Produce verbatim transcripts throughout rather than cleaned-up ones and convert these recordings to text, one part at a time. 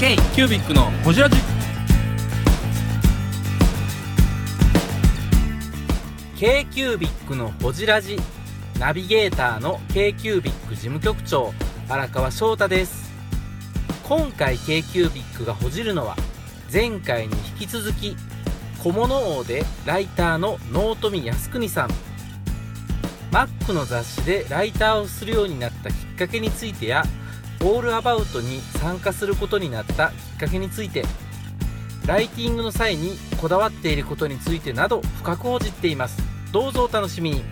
K キュービックのホジラジ K キュービックのホジラジナビゲーターの K キュービック事務局長荒川翔太です。今回 K キュービックがほじるのは前回に引き続き小物王でライターの納富靖国さん、マックの雑誌でライターをするようになったきっかけについてやオールアバウトに参加することになったきっかけについて、ライティングの際にこだわっていることについてなど深く報じっています。どうぞお楽しみに。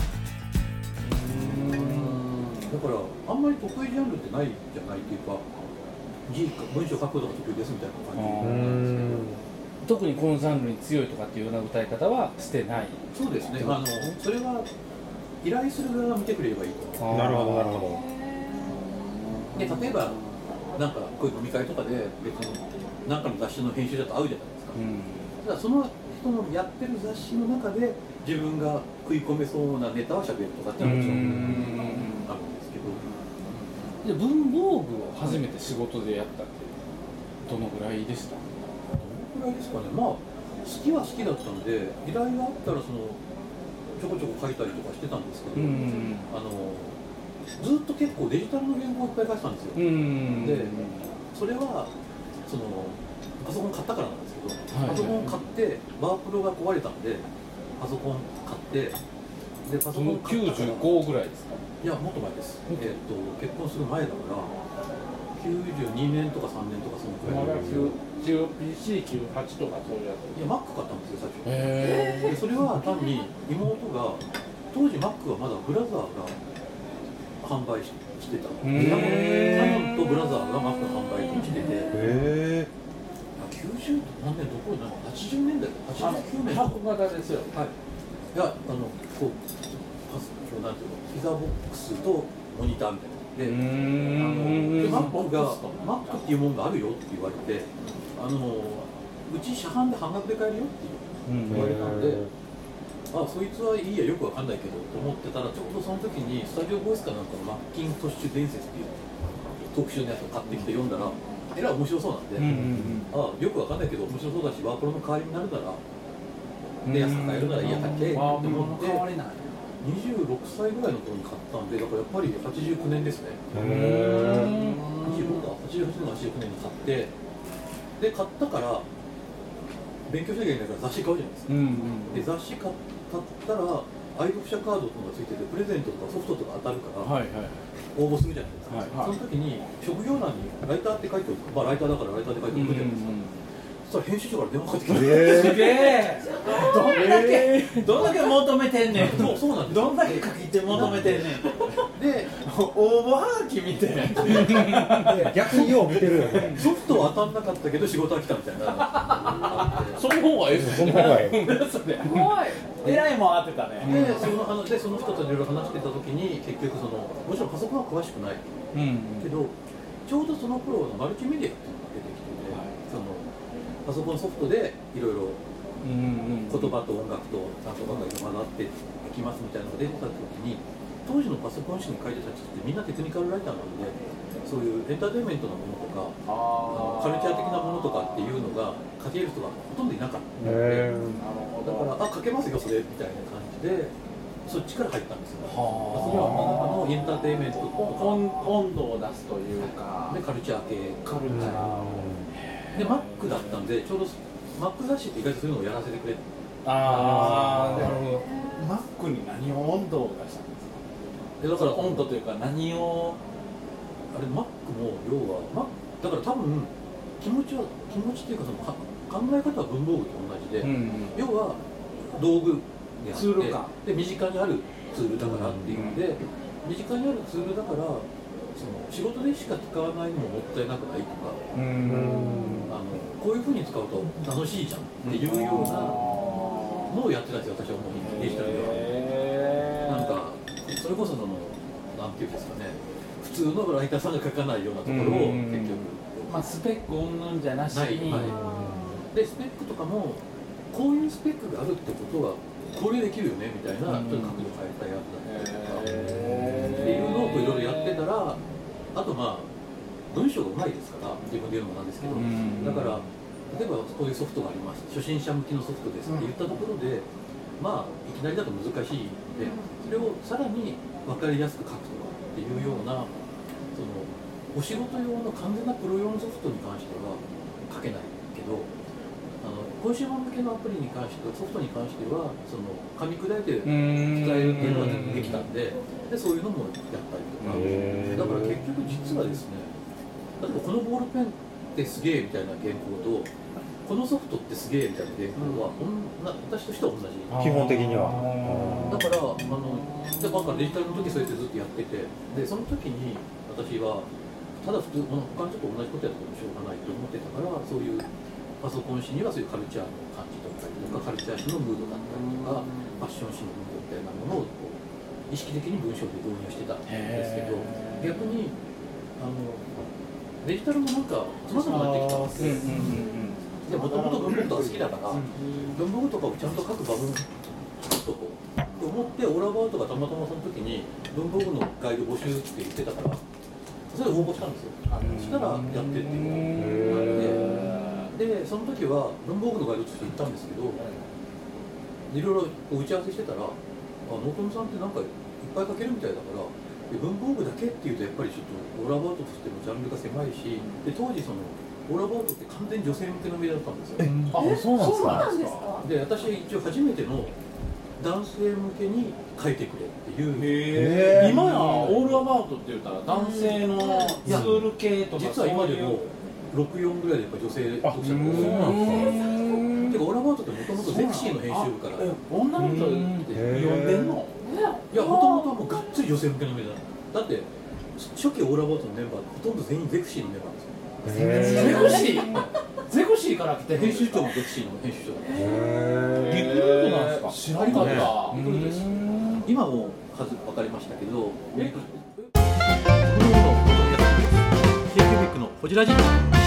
だからあんまり得意ジャンルってないじゃないっていうか、字文章書くことが得意ですみたいな感じなんですけど、 特にこのジャンルに強いとかっていうような歌い方はしてない。 そうですね、あのそれは依頼する側が見てくれればいいと思う。 なるほどなるほで例えばなんかこういう飲み会とかで別に何かの雑誌の編集者と会うじゃないですか、 うん、 だからその人のやってる雑誌の中で自分が食い込めそうなネタをしゃべるとかっていうのはもちろんあるんですけど、 で文房具を初めて仕事でやったってどのぐらいでした？ どのくらいですかね。まあ好きは好きだったんで依頼があったらそのちょこちょこ書いたりとかしてたんですけど、 うんあのずっと結構デジタルの原稿をいっぱい書いてたんですよ。 うんでそれはそのパソコン買ったからなんですけど、 はいはい、 パソコン買ってワープロが壊れたんでパソコン買ってでパソコン買ったからきゅうじゅうごぐらいですか？ いやもっと前です、えー、と結婚する前だからきゅうじゅうにねんとかさんねんとかそのくらいなんですよ。 ピーシーきゅうじゅうはち とかそういうやつ。 いや Mac 買ったんですよ最初。 へでそれは単に妹が当時 Mac はまだブラザーが販売ししてた。キヤノンとブラザーが Mac の販売をしてて、 へきゅうじゅう何年どころなのはちじゅうねんだいはちじゅうきゅうねんとか。 箱型ですよ。 はい。いやあのこうパスこうなんていうのピザボックスとモニターみたいな。で、あので Mac が Mac っていうものがあるよって言われて、あのうち車販で半額で買えるよって言われたんで。あそいつはいいやよくわかんないけどと思ってたらちょうどその時にスタジオボイスかなんかのマッキントッシュ伝説っていう特集のやつを買ってきて読んだらえらい面白そうなんで、うんうんうん、あよくわかんないけど面白そうだしワープロの代わりになるならで安く買えるならいいや買ってって思ってにじゅうろくさいぐらいの頃に買ったんでだからやっぱりはちじゅうきゅうねんですね。にじゅうろくかはちじゅうはちねんのはちじゅうきゅうねんに買ってで買ったから勉強しなきゃいけないから雑誌買うじゃないですか、うんうん、で雑誌買ったら愛読者カードとかがついててプレゼントとかソフトとか当たるから、はいはい、応募するじゃないですか、はいはい、その時に職業欄にライターって書いておく、まあライターだからライターって書いておくじゃないですか、うんうんうん、そしたら編集長から電話かかってきて、 えー、すげえどんだけどんだけ求めてんねんそうそうなんですどんだけ書き手求めてんねんで応募はがき見て逆によう見てるよね。 ソフトは当たんなかったけど仕事は来たみたいなその方がええですその方がええすごいえらいもん当てたね。 でその話でその人といろいろ話してた時に結局そのもちろんパソコンは詳しくない、うん、けどちょうどその頃のマルチメディアっていうのが出てきてて、はい、そのパソコンソフトでいろいろ言葉と音楽と単語ばかりが混ざっていきますみたいなのが出てた時に当時のパソコン誌に書いてた人ってみんなテクニカルライターなのでそういうエンターテインメントなものとかあカルチャー的なものとかっていうのが書ける人がほとんどいなかったのでだからあ書けますよそれみたいな感じでそっちから入ったんですよ。それはあのエンターテインメントとか温度を出すというかでカルチャー系カルチャーで Mac だったんでちょうど Mac 雑誌って意外とそういうのをやらせてくれてああなるほど Mac に何を温度を出したんですか。だから温度というか何をあれ Mac も要は Mac だから多分気持ちは気持ちっていうかその考え方は文房具と同じで、うん、要は道具であってツールかで身近にあるツールだからっていうので、うん、身近にあるツールだからその仕事でしか使わないのももったいなくないとか、うん、あのこういうふうに使うと楽しいじゃんっていうようなのをやってたんですよ私は思うデジタルでは。なんかそれこそそのなんていうんですかね普通のライターさんが書かないようなところを結局、 まあ、スペック云々じゃなしに、 はいはい、でスペックとかもこういうスペックがあるってことはこれできるよねみたいなちょっと角度変えたやつだったりとかっていうのをいろいろやってたらあとまあ文章がうまいですから自分で言うのもなんですけど、だから例えばこういうソフトがあります初心者向きのソフトですって言ったところで、まあいきなりだと難しいのでそれをさらに分かりやすく書くとかっていうようなそのお仕事用の完全なプロ用のソフトに関しては書けないけどあのコンシューマー向けのアプリに関してはソフトに関してはその噛み砕いて伝えるっていうのができたんで、でそういうのもやったりとか、だから結局実はですね例えばこのボールペンってすげえみたいな原稿とこのソフトってすげえみたいな原稿は、うん、な私としては同じ基本的にはだからあのでだからデジタルの時そうやってずっとやっててでその時に私はただ普通他の人と同じことやってもしょうがないと思ってたからそういうパソコン誌にはそういうカルチャーの感じだったりとかカルチャー誌のムードだったりとかファッション誌のムードみたいなものをこう意識的に文章で導入してたんですけど逆にあのデジタルもなんかつまらなくなってきたんですよ。もともと文房具とか好きだから、文房具とかをちゃんと書く場面作っとこうと思ってオーラバウトがたまたまその時に文房具のガイド募集って言ってたからそれで応募したんですよ。そしたらやってっていうのがあってでその時は文房具のガイドとして行ったんですけどいろいろ打ち合わせしてたらあノートムさんってなんかいっぱい書けるみたいだから文房具だけっていうとやっぱりちょっとオーラバウトとしてのジャンルが狭いしで当時そのオーラバウトって完全に女性向けのメディアだったんですよ。 あ、そうなんですか。 で私一応初めての男性向けに書いてくれっていうへー今やオールアバウトって言ったら男性のツール系とか実は今でもろくじゅうよんぐらいでやっぱ女性読者が多いてかオールアバウトってもともとゼクシーの編集部から女の人って読んでんの？ いやもともともうがっつり女性向けのメディアだって初期オールアバウトのメンバーほとんど全員ゼクシーのメンバーですよ。 ゼクシーゼクシーから来て編集長もゼクシーの編集長だったリクルートなんですか？知らなかったリクルートです今も数分かりましたけどえケーキュービックのホジラジ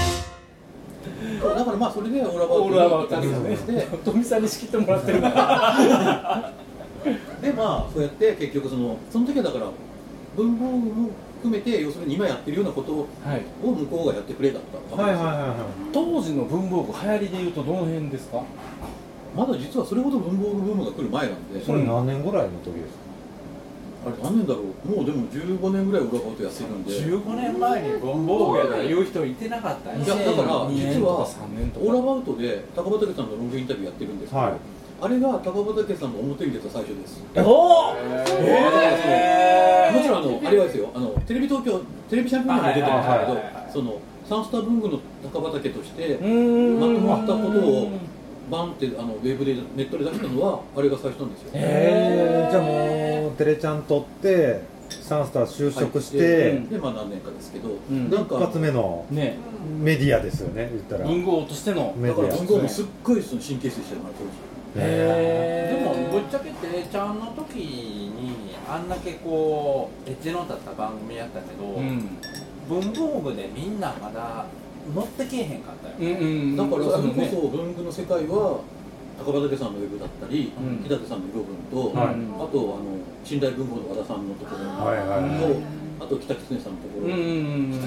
だからまあそれでオールアバウトオールアバウトですね富さんに仕切ってもらってるからでまあそうやって結局そのその時はだから文房具も含めて要するに今やってるようなことを向こうがやってくれだったはいはいはいはい当時の文房具流行りでいうとどの辺ですか？ まだ実はそれほど文房具ブームが来る前なんでそれ何年ぐらいの時ですか？ あれ何年だろうもうでもじゅうごねんぐらいオールアバウトやってるんでじゅうごねんまえに文房具やから言う人いてなかったんいやだから実はさんねんとかオールアバウトで高畑さんのロングインタビューやってるんですけど、はいあれが高畑さんの表に出た最初です。 おお。 えー、もちろんあのあれはですよあのテレビ東京テレビチャンピオンにも出てるんですけど、そのサンスター文具の高畑としてまとまったことをバンってあのウェブでネットで出したのはあれが最初なんですよ。 へえ。じゃあもうテレちゃん取ってサンスター就職して、 はい、でまあ何年かですけど、 うん、なんか一発目のメディアですよね言ったら。 文豪としてのメディア。だから文豪もすっごいその神経質でしたよ当時。 へでもぶっちゃけてちゃんの時にあんだけこうエッジの立った番組やったけど、うん、文房具でみんなまだ乗ってけえへんかったよ、うんうん、 だからそれこそ文具の世界は高畑さんのウェブだったり、うん、木立さんの色文と、はい、あとあの信頼文豪の和田さんのところと、はいはいはい、あと北狐さんのところ、うん、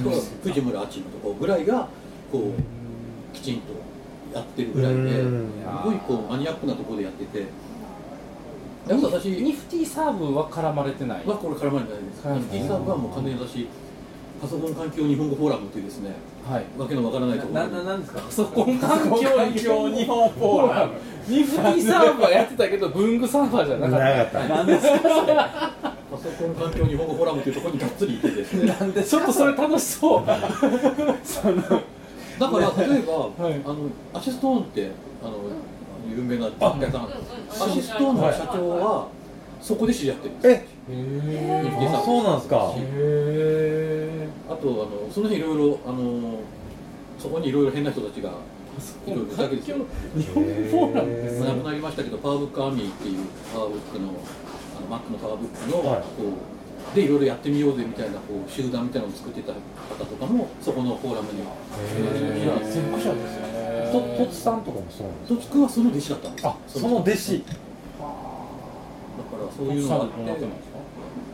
と藤村あちのところぐらいがこうきちんとやってるぐらいで、すごいこうマニアックなところでやってて、 私ニフティサーブは絡まれてない。 はこれ絡まれてないです。ニフティサーブはもう完全に私パソコン環境日本語フォーラムというですね、はい、わけのわからないところ。 なななんですか。 パソコン環境日本フォーラム。ニフティサーブはやってたけど文具サーバーじゃなかった。 なんですか。 パソコン環境日本語フォーラムというところにがっつりいてですね。 なんでちょっとそれ楽しそう。そのだから例えば、はい、あのアシストーンってあの有名な雑貨屋さんアシストーンの社長はそこで知り合ってるんですよ。 えあそうなんですか。 へあとあのその辺いろいろあのそこにいろいろ変な人たちがいろいろいたわけですよ。 日本フォーラムです。 亡くなりましたけどパワーブックアーミーっていうパワーブックのあの Mac のパワーブックの、はい、こうでいろいろやってみようぜみたいなこう集団みたいなのを作ってた方とかもそこのフォーラムには先駆者ですよね。ととつさんとかもそうなんですか。 とつくんはその弟子だったんですよ。 あその弟子。 だからそういうのがあって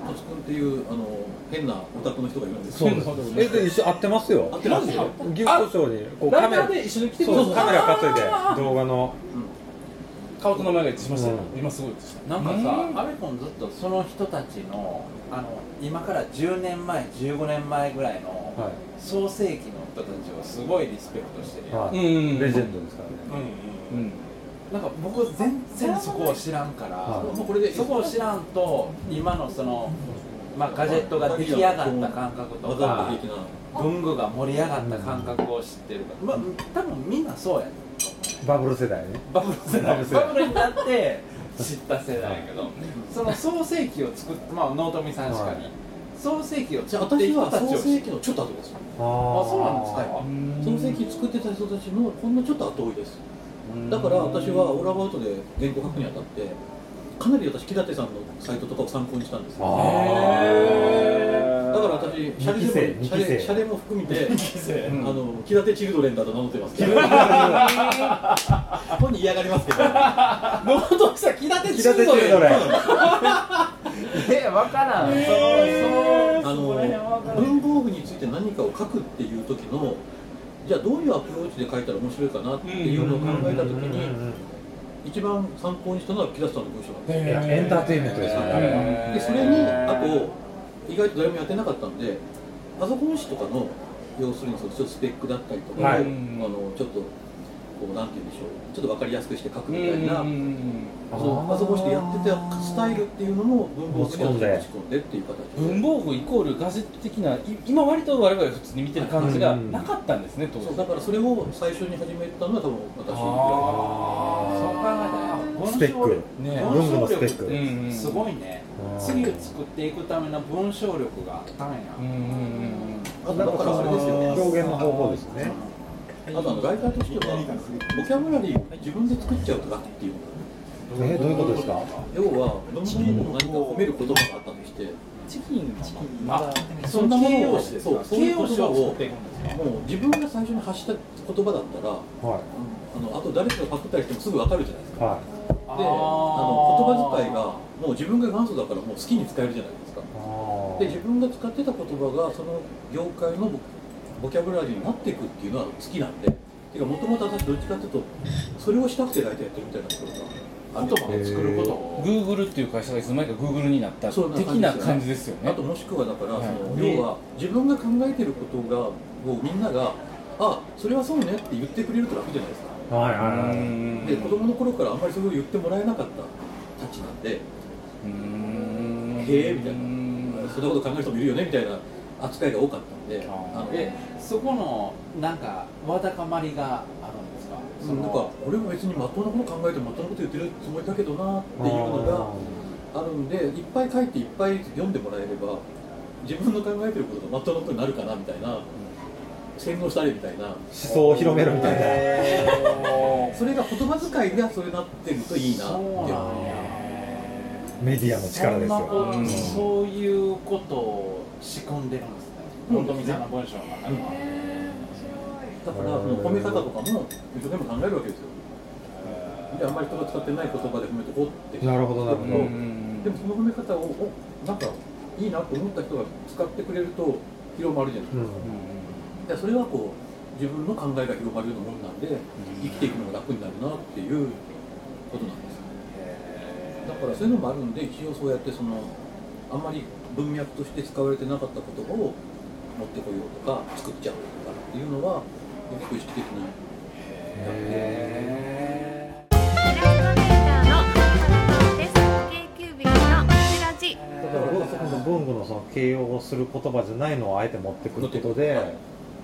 とつくんっていうあの変なオタクの人がいるんですそうよ。 です。えで一緒会ってますよ。 合ってますよ。 岐阜古町にこうカメラライターで一緒に来てくそうださい。 そうカメラ担いで動画の顔と名前が一致しましたよ、 うん今すごいでした。 なんかさ、アベコンずっとその人たちのあの今からじゅうねんまえじゅうごねんまえぐらいのはい創世紀の人たちをすごいリスペクトしてるよ、 はいうんレジェンドですからね。 うんうんうん。 なんか僕全然そこを知らんから、 はいもうこれでそこを知らんと今のその、まあ、ガジェットが出来上がった感覚と技か的な文具が盛り上がった感覚を知ってるから、まあ、多分みんなそうやねバブル世代ね。 バブル世代バブル世代バブルになって知った世代やけどその創世紀を作ってまあ納富さんしかり、 はい創世紀をじゃあ作って私は人たちを創世紀のちょっと後ですよ。 ああそうなんですか創世紀作ってた人たちのほんのちょっと後追いです。だから私はオーラバウトで原稿書くにあたってかなり私木立さんのサイトとかを参考にしたんですよ。だから私シャレでもシャレシャレも含めてあの木立チルドレンだと名乗ってますけど本人嫌がりますけどノートした木立木立チルドレン。 え分からんそのそあのそこら辺は分からんの文房具について何かを書くっていう時のじゃあどういうアプローチで書いたら面白いかなっていうのを考えた時に一番参考にしたのは木立さんの文章なんですよ。 いやエンターテインメントですよねあれは。 でそれにあと意外と誰もやってなかったんでパソコン紙とかの要するにそのちょっとスペックだったりとかを、 はいあのちょっとこうなんて言うんでしょうちょっと分かりやすくして書くみたいな、そのパソコン紙でやってたスタイルっていうのも文房具に持ち込んでっていう形で文房具イコールガジェット的な、い今割と我々普通に見てる感じがなかったんですね、当時。 そうだからそれを最初に始めたのは多分私ぐらいそう考えたらスペックね文具のスペックうんうんすごいね次を作っていくための文章力があったんやうんうんうんあとだからそれですよね。 表現の方法ですね。 あとあのライターとしてはボキャブラリーを自分で作っちゃうと楽っていうのがえどういうことですか。 要は文房具の何か褒める言葉があったとしてチキンチキンあそんなものを形容詞ですかそうそういう言葉を形容詞を作っていくんですかもう自分が最初に発した言葉だったらはいあのあと誰かがパクったりしてもすぐ分かるじゃないですか。 はであの言葉遣いがもう自分が元祖だからもう好きに使えるじゃないですか。 い。あで自分が使ってた言葉がその業界のボボキャブラリーになっていくっていうのは好きなんでてかもともと私どっちかっていうとそれをしたくてライターやってるみたいなところがある言葉を作ることを Google っていう会社がいつの間にか Google になったそう的な感じですよね。 あともしくはだから、 はいその要は自分が考えてることがをみんながあそれはそうねって言ってくれると楽じゃないですか。 あはいはいはい。 うんで子供の頃からあんまりそれを言ってもらえなかったたちなんでうんへえみたいなうんそんなこと考える人もいるよねみたいな扱いが多かったんであーあのえそこのなんかわだかまりがあるんですかそなんかの俺も別にまっとうなこと考えてまっとうなこと言ってるつもりだけどなっていうのがあるんでいっぱい書いていっぱい読んでもらえれば自分の考えてることがまっとうなことになるかなみたいな洗脳したりみたいな思想を広めるみたいな。 それが言葉遣いがそれになってるといいなっていうそうなんやメディアの力ですそんなことよ。 うんそういうことを仕込んでるんですねうん本富さんの文章の中にはだからその褒め方とかも一生懸命考えるわけですよであんまり人が使ってない言葉で褒めとこうってなるほどなるほどでもその褒め方をおなんかいいなと思った人が使ってくれると広まるじゃないですか、 うん。 でそれはこう自分の考えが広まるようなもんなんで生きていくのが楽になるなっていうことなんですだからそういうのもあるんで一応そうやってそのあんまり文脈として使われてなかった言葉を持ってこようとか作っちゃうとかっていうのは結構意識的にやってへイラストレーターの原田です。K キュービックのこちらじ。 だから僕はそこの文具のその形容をする言葉じゃないのをあえて持ってくることで、 はい、 うーん。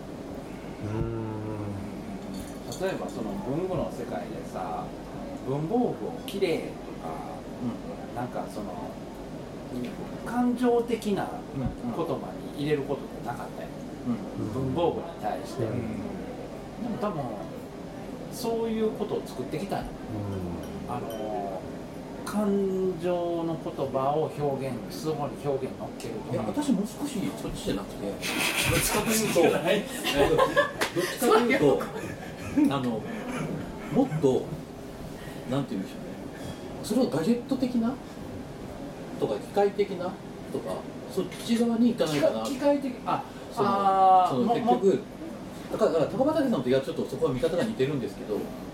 例えばその文具の世界でさ文房具をきれいとかなんかその感情的な言葉に入れることってなかったよ、文房具に対して、 うんでも多分そういうことを作ってきたんよあの感情の言葉を表現そこに表現乗っけるといやか私もう少しそっちじゃなくてどっちかというとどっちかというとあのもっとなんて言うんでしょうねそれをガジェット的なとか機械的なとかそっち側に行かないかな。 機械的あそのあその結局だからだから高畑さんといやちょっとそこは見方が似てるんですけど、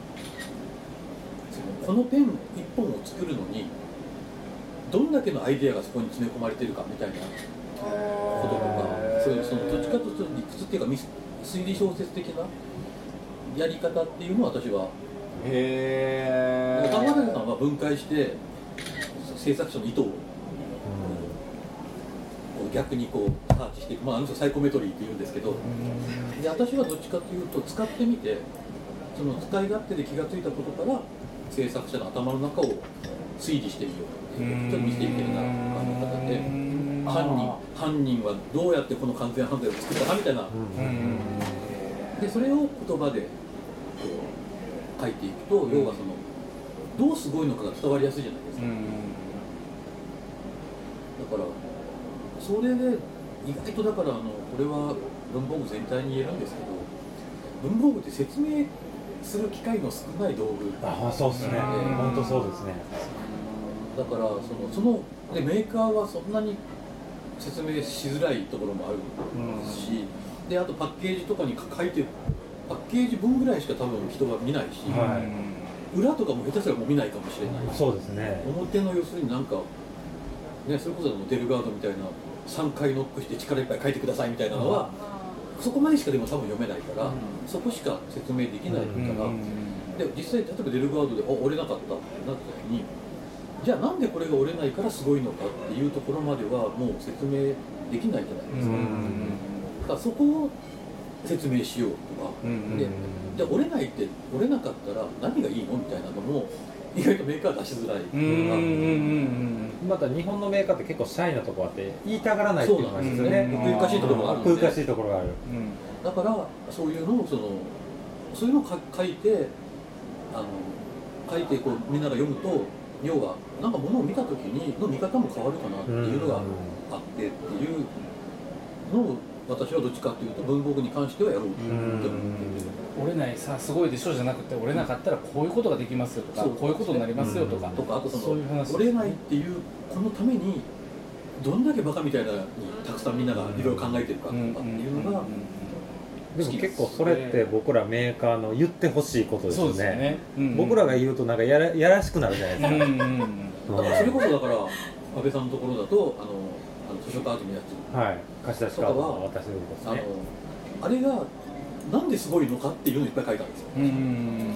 そのこのペンいっぽんを作るのにどんだけのアイデアがそこに詰め込まれてるかみたいなこととか、そういうそのどっちかというと理屈っていうかミス推理小説的なやり方っていうのを私はへえ高畑さんは分解して制作者の意図を、うん、こう逆にこうサーチしていく、まあ、あの人サイコメトリーって言うんですけど、で私はどっちかというと使ってみてその使い勝手で気がついたことから制作者の頭の中を推理してみようっていうちょっとミステリー的な考え方で犯人犯人はどうやってこの完全犯罪を作ったかみたいな、でそれを言葉でこう書いていくと、要はそのどうすごいのかが伝わりやすいじゃないですか。だからそれで意外とだからあのこれは文房具全体に言えるんですけど、文房具って説明する機会の少ない道具。 ああそうですね。本当そうですね。 だからそのそのでメーカーはそんなに説明しづらいところもあるし、であとパッケージとかに書いてるパッケージ分ぐらいしか多分人は見ないし、はい、裏とかも下手すらもう見ないかもしれない。 そうですね。 表の要するになんかね、それこそデルガードみたいなさんかいノックして力いっぱい書いてくださいみたいなのは、うん、そこまでしかでも多分読めないから、うん、そこしか説明できないから、うん、で実際例えばデルガードであ折れなかったってなった時に、じゃあなんでこれが折れないからすごいのかっていうところまではもう説明できないじゃないですか。だからそこを説明しようとか、でじゃあ折れないって折れなかったら何がいいのみたいなのも意外とメーカー出しづらいとか、 また日本のメーカーって結構シャイなところあって言いたがらないっていうのがあるんですよね。 奥ゆかしいところがあるんで、 奥ゆかしいところがある、 うん、だからそういうのをそのそういうのを書いてあの書いてこうみんなが読むと、要はなんか物を見た時にの見方も変わるかなっていうのがあってっていうのを私はどっちかっていうと文房具に関してはやろうと思ってる。 折れないさすごいでしょじゃなくて、折れなかったらこういうことができますよとか、こういうことになりますよとか、 とかあとその折れないっていうこのためにどんだけバカみたいなにたくさんみんながいろいろ考えてるかとかっていうのが、 でも結構それって僕らメーカーの言ってほしいことですよね。そうですよね、うんうん、僕らが言うとなんかや ら, やらしくなるじゃないですか。うんうん、 だからそれこそだから安倍さんのところだとあのあの図書カードのやつ、 はい、貸し出しカードは渡してるんですね。 あのあれがなんですごいのかっていうのをいっぱい書いたんですよ。うん、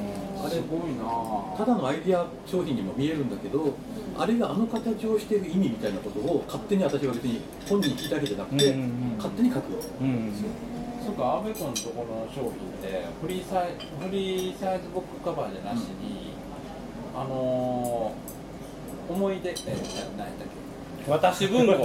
あれすごいな。ただのアイディア商品にも見えるんだけど、あれがあの形をしている意味みたいなことを勝手に私は別に本人に聞いたわけじゃなくて、うんうんうん、勝手に書くわけですよ。 そうか、阿部君のところの商品ってフリーサイフリーサイズブックカバーじゃなしに、うん、あのー、思い出え何やったっけ？ 私文庫。うん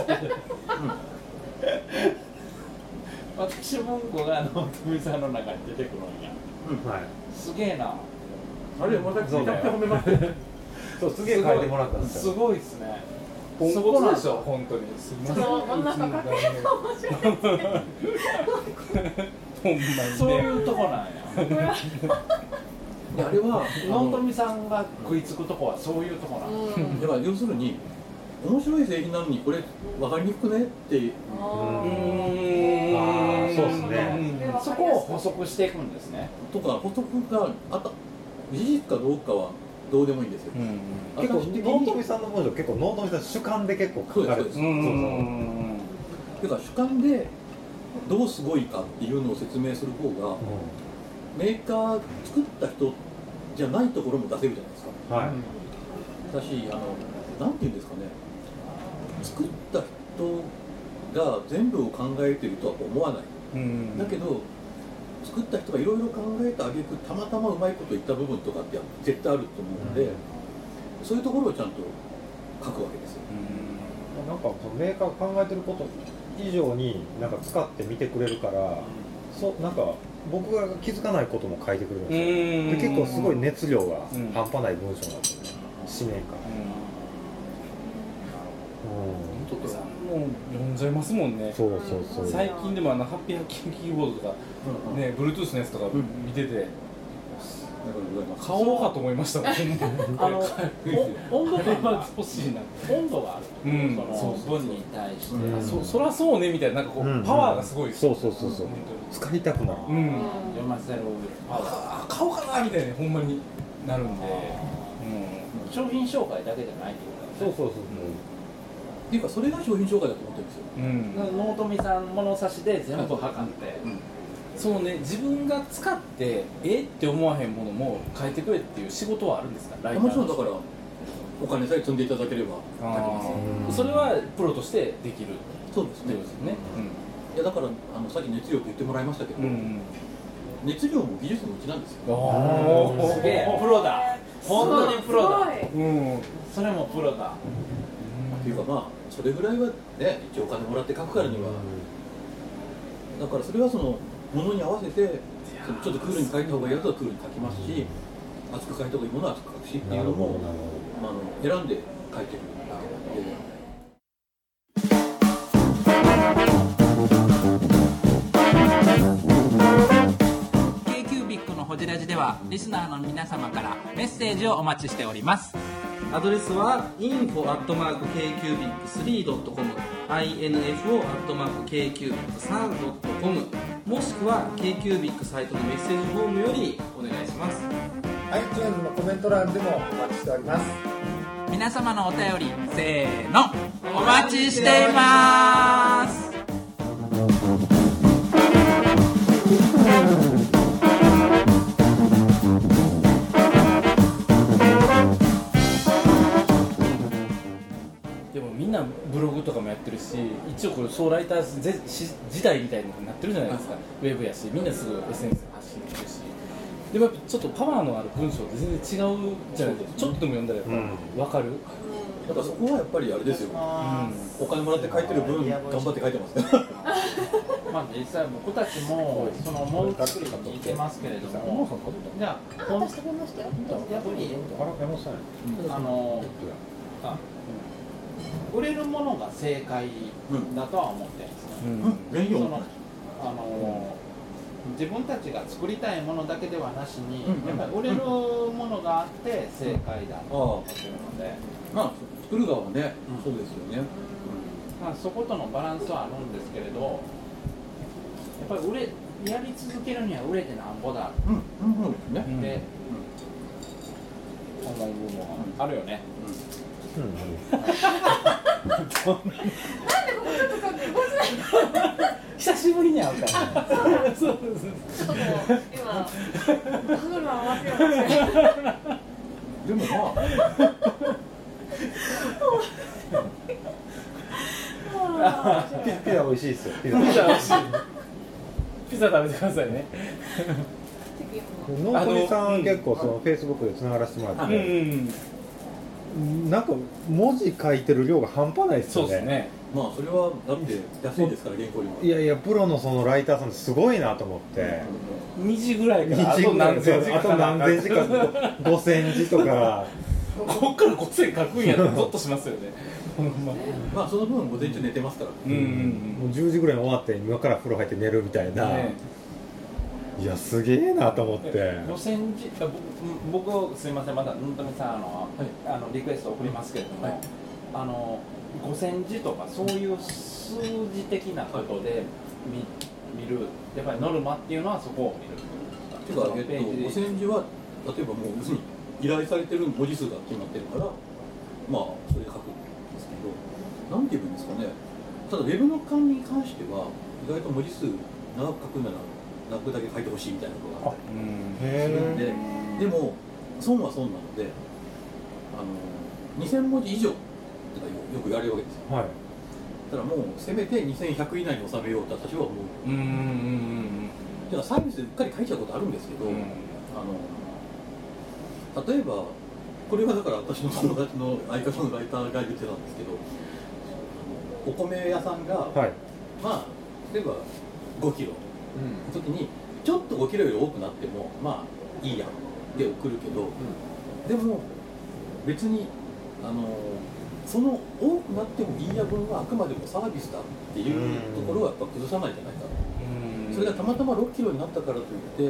私文庫がノートミさんの中に出てくるんや、うん、はい、すげえな。 あれ私めちゃくちゃ褒めますそう、すげえ書いてもらったんですよ。 すごいですね。 すごいでしょ本当に。すみません。 こんなかけるかもしれない。 ほんまにね。そういうとこなんや。 あれはノートミさんが食いつくとこはそういうとこなんや。 だから要するに面白い製品なのにこれ分かりにくくねっていう。 ああ、そうですね。 そこを補足していくんですね。 とか補足があった事実かどうかはどうでもいいんですよ。 うん、結構ノートミさんの文章結構ノートミさん主観で結構書かれてる。そうです。 だから主観でどうすごいかっていうのを説明する方が、うん、メーカー作った人じゃないところも出せるじゃないですか。はい。だしあのなんていうんですかね。作った人が全部を考えてるとは思わない、うん、だけど作った人がいろいろ考えた挙句たまたまうまいこと言った部分とかって絶対あると思うので、うん、そういうところをちゃんと書くわけですよ、 うん、なんかメーカーが考えてること以上になんか使ってみてくれるから、うん、そなんか僕が気づかないことも書いてくれるんですよ、で結構すごい熱量が半端ない文章なんですよね、紙面から、 本当さもう読んじゃいますもんね。 そうそうそう。 最近でもあのハッピーハッキングキーボードとか、うん、ね、Bluetooth のやつとか見てて、 買おうかと思いましたもん。 あのお温度感が欲しいな。 温度がある、 うんその分に対して、 うんそそらそうねみたいな、なんかこう、 うんパワーがすごい。 そうそうそうそう使いたくなるうん。 読ませるパワーあ買おうかなみたいなほんまになるんで。 商品紹介だけじゃないってことだね。 そうそうそうっていうかそれが商品紹介だと思ってるんですよ。 うん。 納富さん物差しで全部測って、 そうね、自分が使ってえって思わへんものも書いてくれっていう仕事はあるんですか？ライターもちろんだからお金さえ積んでいただければ書きますよ。 うんそれはプロとしてできるそうですねってこと。ですよね。 いやだからあのさっき熱量って言ってもらいましたけど、 うん。うん。 熱量も技術のうちなんですよ。 おーすげえプロだ、本当にプロだ、 うん。 それもプロだ。 っていうかまあそれぐらいはね一応お金もらって書くからには、だからそれはそのものに合わせてそのちょっとクールに書いた方がいいやつはクールに書きますし、熱く書いた方がいいものは熱く書くしっていうのもまああの選んで書いてるわけなんで。 ホジラジではリスナーの皆様からメッセージをお待ちしております。アドレスは インフォ アットマーク ケーキュービックスリー ドット コム インフォ アットマーク ケーキュービックスリー ドット コム もしくは K-Cubic サイトのメッセージフォームよりお願いします。 iTunes のコメント欄でもお待ちしております。 皆様のお便りせーのお待ちしています。 でもみんなブログとかもやってるし、一応これソーライターズぜし時代みたいになってるじゃないですか。ウェブやし、みんなすぐ エスエヌエス で発信できるし、でもやっぱちょっとパワーのある文章って全然違うじゃないですか。ちょっとでも読んだらやっぱ分かる。 だからそこはやっぱりあれですよ、お金もらって書いてる分頑張って書いてますね。 まあ実際僕たちもそのものづくりが似てますけれども、じゃあ本私食べましたよ。 やっぱりあら山本さんあのあ売れるものが正解だとは思ってるんですね。 うん、 そのあの自分たちが作りたいものだけではなしに、 うんやっぱり売れるものがあって正解だと思ってるので、 まあ作る側はね、 うんそうですよね。 まあ、そことのバランスはあるんですけれど、やっぱり売れやり続けるには売れてなんぼだうん、うん、そうですね。 って思う部分はあるよね。 久しぶりに会うから。そうそうちょっともう今歯車合わせようとしてでもまあ。 ピピザ美味しいですよ。ピザ。 ピザ美味しい。ピザ食べてくださいね。 農家さん結構そのフェイスブックで繋がらせてもらっうて、 ん。 なんか文字書いてる量が半端ないですよね。 そうですね。 まあそれはだって安いですから原稿料は。 いやいやプロのそのライターさんってすごいなと思って。 にじぐらいからあ日と何千字あと何千字かごせんじとか。 こっからごせん書くんやったらゾッとしますよね。 まあその分午前中寝てますから。 うんうんもうじゅうじぐらいに終わって今から風呂入って寝るみたいな。 ねいやすげえなと思って。 ごせんじあ僕僕すいませんまだ野富さんあの、あのリクエスト送りますけれども、 はいあのごせんじとかそういう数字的なことで見見るやっぱりノルマっていうのはそこを見るていうか、えっと、ごせんじは例えばもう要するに依頼されてる文字数が決まってるからまあそれで書くんですけど、なんて言えばいいんですかね。ただウェブの管理に関しては意外と文字数長く書くなら長くだけ書いてほしいみたいなことがあったりするんで、でも損は損なのであのにせんもじ以上とかよく言われるわけですよ。 はい。 だからもうせめてにせんひゃく以内に収めようと私は思う。 うんうんうんだからサービスでうっかり書いちゃうことあるんですけど、 うん。 あの例えばこれはだから私の友達の相方のライターが言ってたんですけど、お米屋さんが、 はい。 まあ例えばごキロの時にちょっとごキロより多くなってもまあいいやで送るけど、でも別にあのその多くなってもいいや分はあくまでもサービスだっていうところはやっぱ崩さないじゃないかと。それがたまたまろっキロになったからといって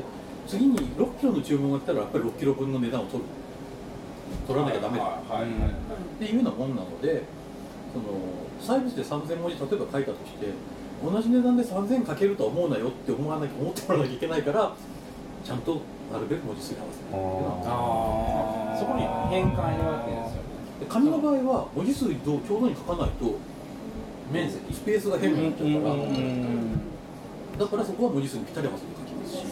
次にろっキロの注文が来たらやっぱりろっキロ分の値段を取る取らなきゃダメだっていうようなもんなので、そのサービスでさんぜんもじ例えば書いたとして同じ値段でさんぜんかけるとは思うなよって思わなきゃ思ってもらわなきゃいけないから、ちゃんとなるべく文字数に合わせるっていうのはあそこに変換いるわけですよ。 で紙の場合は文字数をちょうどに書かないと面積スペースが変になっちゃうから、だからそこは文字数にぴったり合わせて書きますし、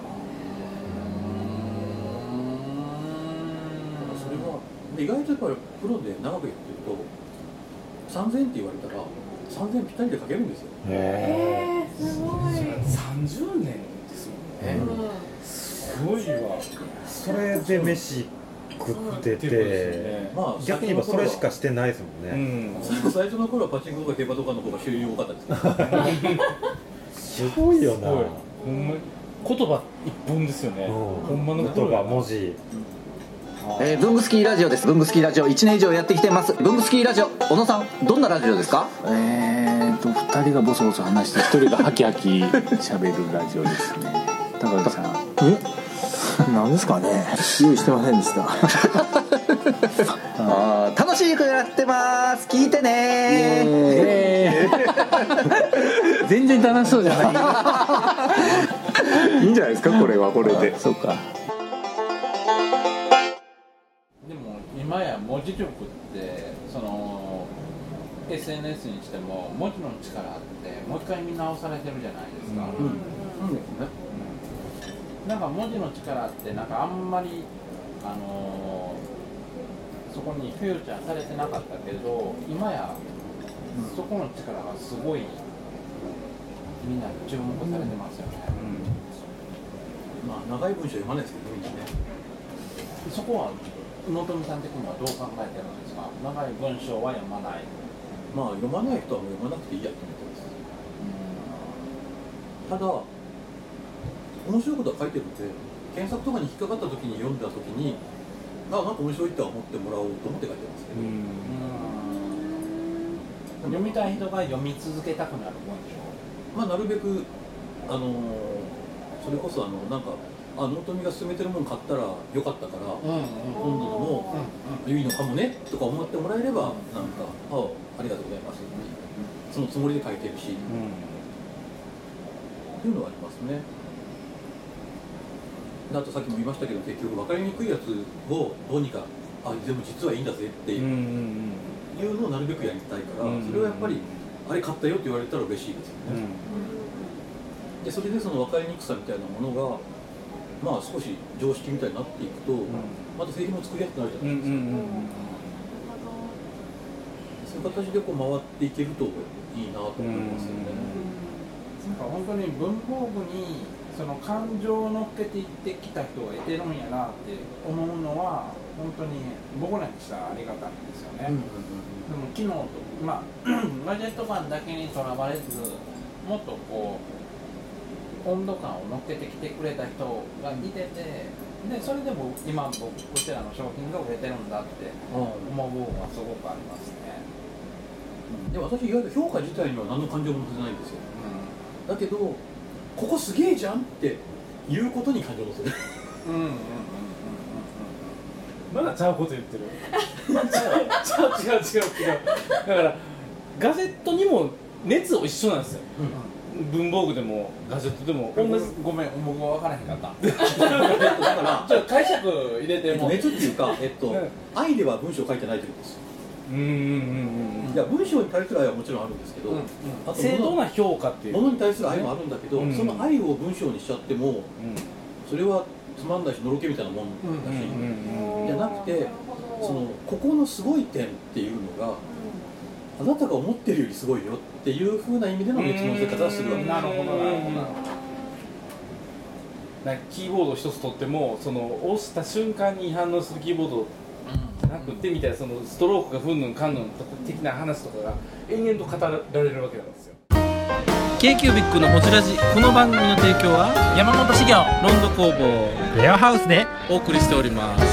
それはで意外とやっぱりプロで長くやってるとさんぜんって言われたらさんぜんぴったりで書けるんですよ。 へえ、すごい。 さんじゅうねんですもんね、うん、すごいわ。 それで飯食ってて、ね、まあ、逆に言えばそれしかしてないですもんね、 うん、最初の頃はパチンコとか競馬とかの方が収入多かったですけどすごいよな。 ほんま言葉一本ですよね、うん、ほんまの言葉文字、 えー、ブングスキーラジオです。ブングスキーラジオいちねん以上やってきてます。ブングスキーラジオ、小野さんどんなラジオですか？ えーとふたりがボソボソ話してひとりがハキハキ喋るラジオですね。高木さん、えなんですかね、用意してませんでしたあ楽しくやってます、聞いてねー全然楽しそうじゃないいいんじゃないですか、これはこれで。そうか。 でも今や文字力ってその エスエヌエス にしても文字の力ってもう一回見直されてるじゃないですか、うんうんうん、なんか文字の力ってなんかあんまり、あのー、そこにフューチャーされてなかったけど今やそこの力がすごいみんな注目されてますよね、 うん、まあ長い文章読まないですけどみんなね。 そこは野富さん的にはどう考えてるんですか？長い文章は読まない。 まあ読まない人はもう読まなくていいやと思ってます。ただ面白いことは書いてるんで、検索とかに引っかかった時に読んだ時にあなんか面白いって思ってもらおうと思って書いてますけど、 うん読みたい人が読み続けたくなる文章、 まあなるべくあのー、それこそあのなんかあ野富が勧めてるもの買ったらよかったから、うんうん、今度のもいいのかもねとか思ってもらえれば、なんかあありがとうございますってそのつもりで書いてるし、うん、っていうのはありますね。あとさっきも言いましたけど結局分かりにくいやつをどうにかあでも実はいいんだぜっていうのをなるべくやりたいから、それはやっぱりあれ買ったよって言われたら嬉しいですよね。でそれでその分かりにくさみたいなものがまあ少し常識みたいになっていくと、また製品も作りやすくなるじゃないですか。そういう形でこう回っていけるといいなと思いますよね。 なんか本当に文房具にその感情を乗っけていってきた人がいてるんやなって思うのは本当に僕らにしたらありがたいんですよね。でも機能とまあガジェット感だけにとらわれずもっとこう温度感を乗っけてきてくれた人がいてて、でそれでも今僕こちらの商品が売れてるんだって思う部分はすごくありますね。 で私意外と評価自体には何の感情も乗せないんですよ、うん、だけどここすげえじゃんっていうことに感情を乗せる。うんうんうんうんまだちゃうこと言ってるちゃう違う違う違うだからガジェットにも熱を一緒なんですよ、うん、文房具でもガジェットでも同じ。ごめん僕は分からへんかっただからちょっと解釈入れても、 えっと、熱っていうか、えっとうん、愛では文章を書いてないということですよ。うんうんうんうんいや文章に対する愛はもちろんあるんですけど、うんうん、 あと正当な評価っていうものに対する愛もあるんだけど、うん、その愛を文章にしちゃっても、うん、それはつまんないしのろけみたいなもんだし、じゃなくてそのここのすごい点っていうのがあなたが思ってるよりすごいよっていう風な意味での熱の乗せ方をするわけです。 なるほどなるほど。 なんかキーボード一つ取ってもその押した瞬間に反応するキーボードなくてみたいなそのストロークがふんぬんかんぬん的な話とかが延々と語られるわけなんですよ。 k q b i c のホジラジ、この番組の提供は山本資源ロンド工房レアハウスでお送りしております。